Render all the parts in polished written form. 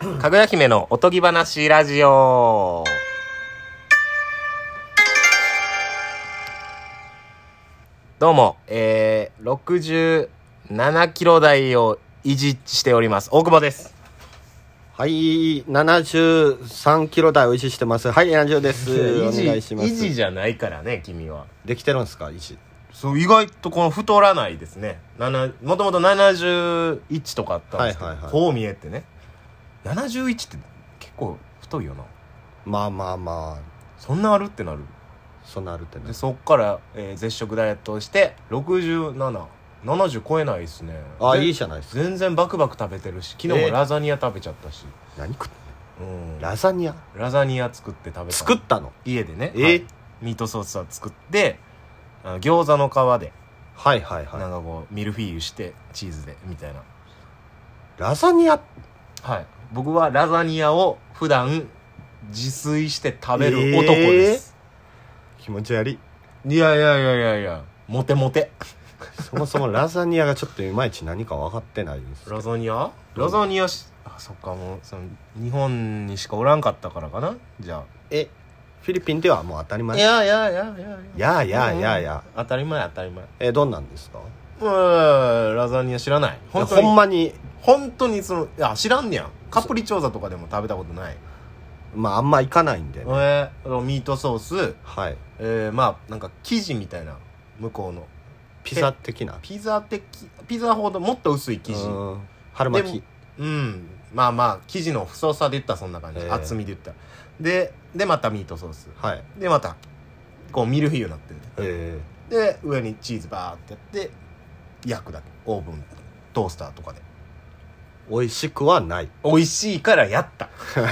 かぐや姫のおとぎ話ラジオ。どうも、67キロ台を維持しております大久保です。 はい、73キロ台を維持してます。はい、70です。お願いします。 維持じゃないからね、君は。 できてるんですか、維持。 そう、意外とこの太らないですね。もともと71とかあったんですけど、こう見えてね。71って結構太いよな。 まあそんなあるってなる。でそっから、絶食ダイエットをして6770超えないですね。 あ、いいじゃないですか。 全然バクバク食べてるし、昨日もラザニア食べちゃったし。 何食ってんの？ラザニア作って食べた。 作ったの？ 家でね、ミートソースは作って、餃子の皮でなんかこうミルフィーユしてチーズでみたいな。 ラザニア、 はい、僕はラザニアを普段自炊して食べる男です。 気持ち悪い。 いやモテモテ。 そもそもラザニアがちょっといまいち何か分かってないです。 ラザニアそっか、もうその日本にしかおらんかったからかな。じゃあフィリピンではもう当たり前。 いや当たり前。 どんなんですか？ ラザニア知らない？ 本当にその、いや知らんねやん。カプリチョーザとかでも食べたことない。 まああんま行かないんでね。 ミートソース、 はい、 まあなんか生地みたいな、向こうのピザ的な、 ピザほどもっと薄い生地、 春巻き、 まあ生地の太さで言ったらそんな感じ、厚みで言ったらでまたミートソース、でまたこうミルフィーユになってる、で上にチーズバーってやって焼くだけ。オーブントースターとかで。 美味しくはない。 美味しいからやった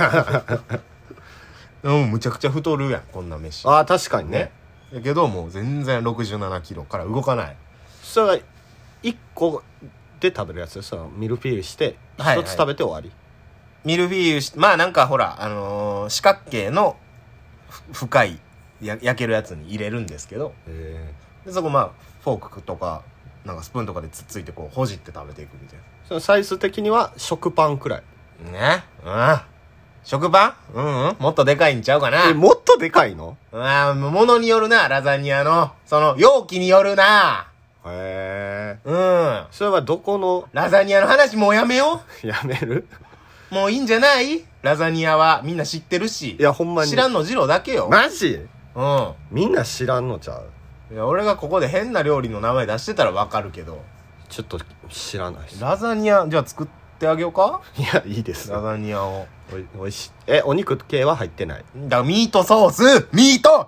むちゃくちゃ太るやん、こんな飯。 ああ、確かにね。 だけどもう全然67キロから動かない。 それが1個で食べるやつですよ。ミルフィーユして1つ食べて終わり、 ミルフィーユまあなんかほら、四角形の深い焼けるやつに入れるんですけど、でそこまあフォークとかなんかスプーンとかでつっついてこうほじって食べていくみたいな。 そのサイズ的には食パンくらいね。食パン？もっとでかいんちゃうかな。 もっとでかいの？ ものによるな、ラザニアのその容器によるな。 それはどこのラザニアの話もうやめよう。やめる？ もういいんじゃない？ラザニアはみんな知ってるし。 いやほんまに知らんのジローだけよ。 マジ？みんな知らんのちゃう？ いや俺がここで変な料理の名前出してたらわかるけど、 ちょっと知らないし。 ラザニアじゃあ作ってあげようか。 いや、いいです。 ラザニアをおいしい。お肉系は入ってない？ だからミートソース、ミート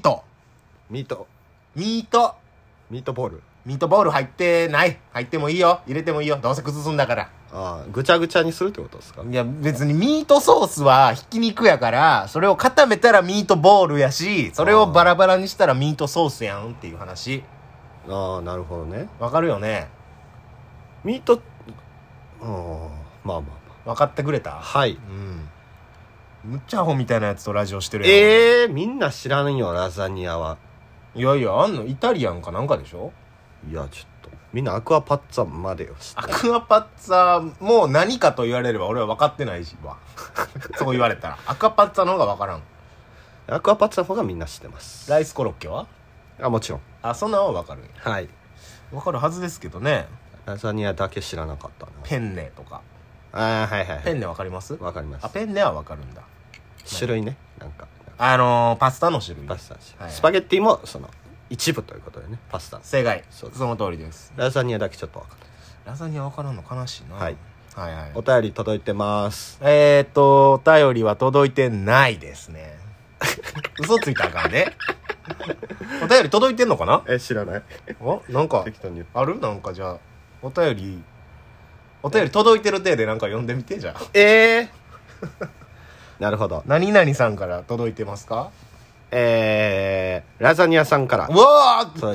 ボール入ってない。入ってもいいよ、入れてもいいよ、どうせ崩すんだから。 ぐちゃぐちゃにするってことですか？ いや別にミートソースはひき肉やから、それを固めたらミートボールやし、それをバラバラにしたらミートソースやんっていう話。 なるほどね。 わかるよね。 ミートまあ分かってくれた？ はい。 むっちゃアホみたいなやつとラジオしてるやん。 みんな知らんよ、ラザニアは。 いやあんのイタリアンかなんかでしょ。 いやちょっとみんなアクアパッツァまでよ。 アクアパッツァも何かと言われれば俺は分かってないしわそう言われたらアクアパッツァの方が分からん。 アクアパッツァの方がみんな知ってます。 ライスコロッケは？ もちろん。 そんなんは分かる。 はい、 分かるはずですけどね。 ラザニアだけ知らなかったな。 ペンネとか。ペンネ分かります？ 分かります。 ペンネは分かるんだ。 種類ね。なんかパスタの種類。 スパゲッティもその一部ということでね。パスタ正解。その通りです。 ラザニアだけちょっと分かんない。 ラザニア分からんの悲しいな。はい。 お便り届いてます。 お便りは届いてないですね嘘ついたらあかんねお便り届いてんのかな？ 知らない。 なんかある？なんかじゃあお便り届いてる体でなんか読んでみて。じゃあなるほど。 何々さんから届いてますか？ ラザニアさんから。 うわー、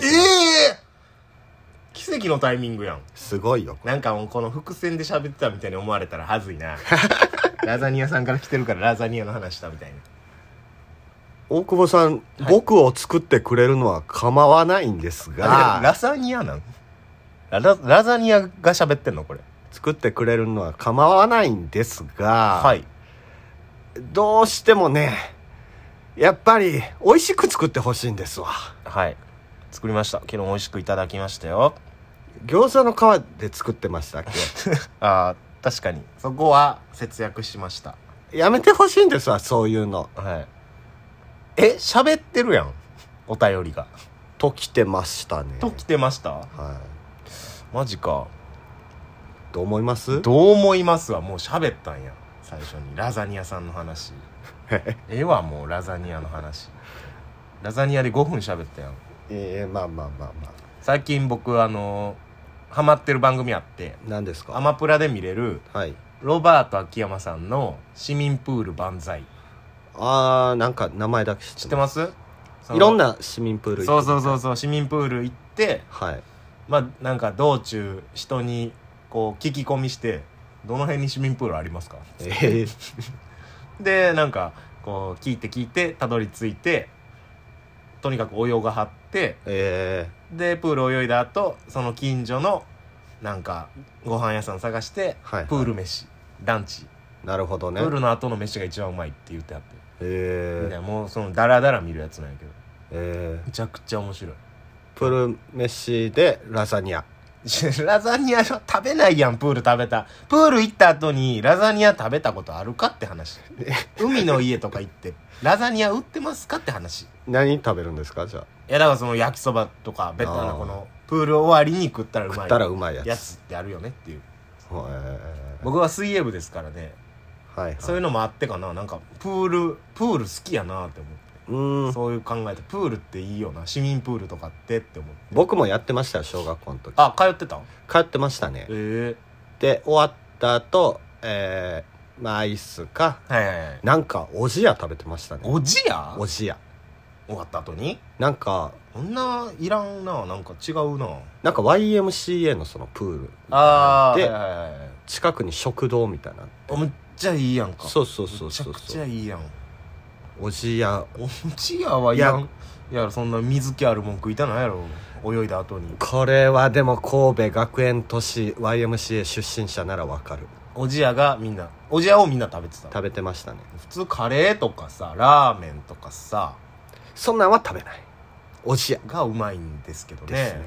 奇跡のタイミングやん。 すごいよ。 なんかもうこの伏線で喋ってたみたいに思われたらはずいなラザニアさんから来てるからラザニアの話したみたいな。 大久保さん、僕を作ってくれるのは構わないんですが。 ラザニアなん？ラザニアが喋ってんのこれ？ 作ってくれるのは構わないんですが、 はい、 どうしてもねやっぱり美味しく作ってほしいんですわ。 はい、作りました。昨日美味しくいただきましたよ。 餃子の皮で作ってましたっけああ、確かにそこは節約しました。 やめてほしいんですわ、そういうの。 はい。喋ってるやん、お便りが。 と来てましたね。 と来てました。はい。マジか。 どう思います？ どう思いますはもう喋ったんや、最初に。ラザニアさんの話はもうラザニアの話。ラザニアで5分喋ったやん。 まあ最近僕ハマってる番組あって。 何ですか？ アマプラで見れる、 はい、 ロバート秋山さんの市民プール万歳。 なんか名前だけ知ってます？ いろんな市民プール行って。そう市民プール行って、 はい、 まあなんか道中人にこう聞き込みして、どの辺に市民プールありますかでなんかこう聞いてたどり着いて、とにかく泳がはって、でプール泳いだ後、その近所のなんかご飯屋さん探して、 はいはい、 プール飯ランチ。 なるほどね。 プールの後の飯が一番うまいって言ってあって、もうそのダラダラ見るやつなんやけど、めちゃくちゃ面白い。 プール飯でラザニアラザニア食べないやん。プール食べた。プール行った後にラザニア食べたことあるかって話海の家とか行ってラザニア売ってますかって話。 何食べるんですか？じゃあいやだからその焼きそばとかベタなこのプール終わりに食ったらうまいやつってあるよねっていう。僕は水泳部ですからね、はいはい、そういうのもあってかな。なんかプール好きやなって思って。そういう考えて、プールっていいよな、市民プールとかって思って。 僕もやってましたよ、小学校の時。 あ、通ってた？ 通ってましたね。で終わった後、アイスか、なんかおじや食べてましたね。 おじや終わった後になんかそんないらんな。なんか違うな。 なんか YMCA のそのプールで、近くに食堂みたいな。 めっちゃいいやんか。 そうめちゃくちゃいいやん。 おじやはいらん。いやそんな水気あるもん食いたないやろ、泳いだ後に。 これはでも神戸学園都市 YMCA 出身者ならわかる。 おじやをみんな食べてた。 食べてましたね。 普通カレーとかさ、ラーメンとかさ、 そんなんは食べない。おじやがうまいんですけどね。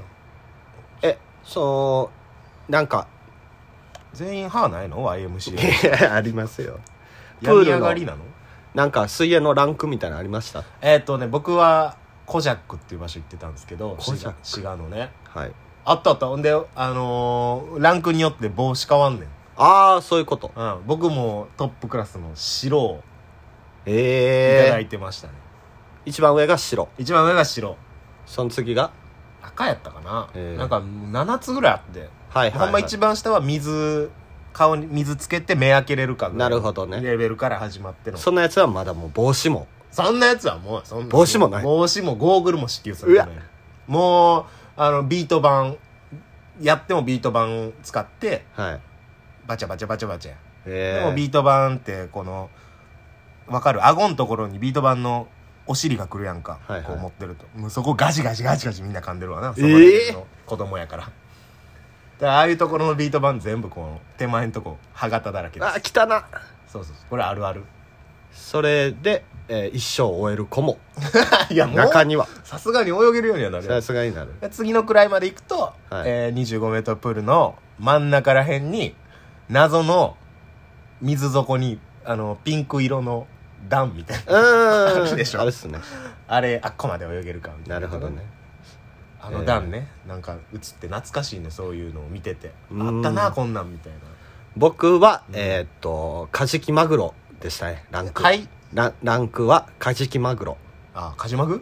なんか全員歯ないの YMCA ありますよ。 病み上がりなの？ なんか水泳のランクみたいなのありました？ 僕はコジャックっていう場所行ってたんですけど、滋賀のね。 はい。 あった。ほんでランクによって帽子変わんねん。 ああ、そういうこと。 僕もトップクラスの白をいただいてましたね。 一番上が白。 その次が赤やったかな。なんか7つぐらいあって、ほんま一番下は顔に水つけて目開けれるかぐらいのレベルから始まっての。 そんなやつはまだもう帽子もそんなやつはもう帽子もない。 帽子もゴーグルも支給されてない。もうビート板やってもビート板使って、バチャバチャでもビート板ってこの分かる？顎のところにビート板のお尻が来るやんか、こう持ってるともうそこガチガチみんな噛んでるわな、そこの子供やから。ああいうところのビート板全部この手前のとこ歯型だらけです。 汚な。 そうこれあるある。 それで、一生終える子もいやもう中にはさすがに泳げるようにはなる。 さすがになる。 次の位まで行くと、25メートルプールの真ん中らへんに謎の水底にピンク色の段みたいなあるでしょ。 あれっすね。 あれあっこまで泳げるかみたいな。 なるほどね。 段ね、なんか映って懐かしいね、そういうのを見てて。あったなこんなんみたいな。 僕はカジキマグロでしたね。ランクランクはカジキマグロ。 カジマグ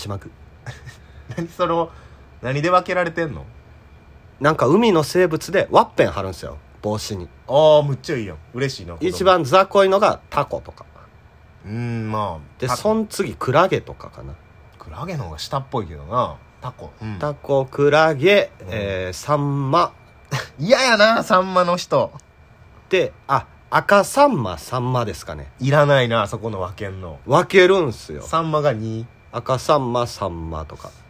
何で分けられてんの？ なんか海の生物でワッペン貼るんですよ、帽子に。 むっちゃいいやん。嬉しいな。 一番雑魚いのがタコとか。 まあでそん次クラゲとかかな。 クラゲの方が下っぽいけどな。タコ、クラゲ、サンマ。 嫌やな、サンマの人。 で、赤サンマですかね。 いらないな、そこの分けんの。 分けるんすよ。 サンマが2。 赤サンマ、サンマとか。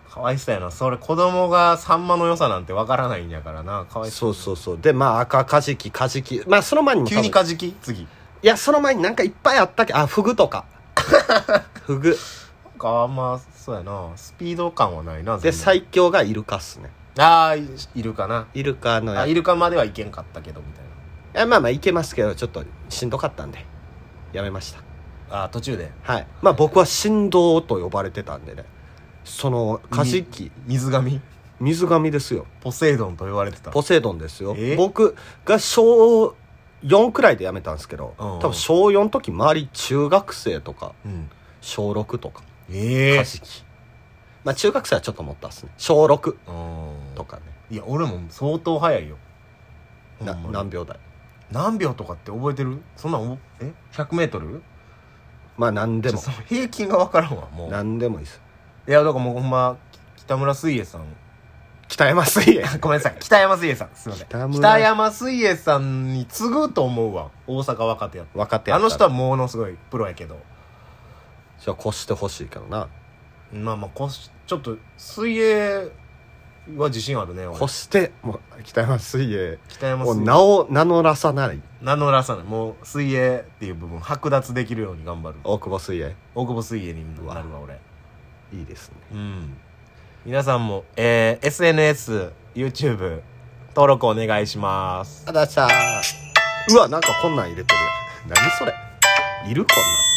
かわいそうやな。それ子供がサンマの良さなんてわからないんやからな。かわいそう。 そうそうそう。でまあ赤カジキまあその前にも急にカジキ次。 いやその前になんかいっぱいあったっけ。フグとかフグあんまそうやな、スピード感はないな。 で最強がイルカっすね。 ああイルカな。 イルカのイルカまではいけんかったけどみたいな。 まあまあいけますけどちょっとしんどかったんでやめました。 途中で。 はい。まあ僕は神童と呼ばれてたんでね、そのカジキ水神ですよ。 ポセイドンと呼ばれてた。 ポセイドンですよ。僕が小4くらいで辞めたんですけど、多分小4の時周り中学生とか、小6とかカジキ、まあ中学生はちょっと持ったっすね。小6とかね。 いや俺も相当早いよ。 何秒台何秒とかって覚えてる？そんなん100m？ まあ何でも平均が分からんわ。もう何でもいいです。 いやだからもうほんま北村水泳さん北山水泳ごめんなさい、北山水泳さん、すいません、北山水泳さんに次ぐと思うわ。大阪若手やったあの人はものすごいプロやけど。 じゃあ越してほしいけどな。 まあちょっと水泳は自信あるね。 越してもう北山水泳を名乗らさない。 もう水泳っていう部分剥奪できるように頑張る。 大久保水泳になるわ俺。 いいですね。 皆さんも、SNS、YouTube 登録お願いします。 うわなんかこんなん入れてるやん。何それいるこんなん。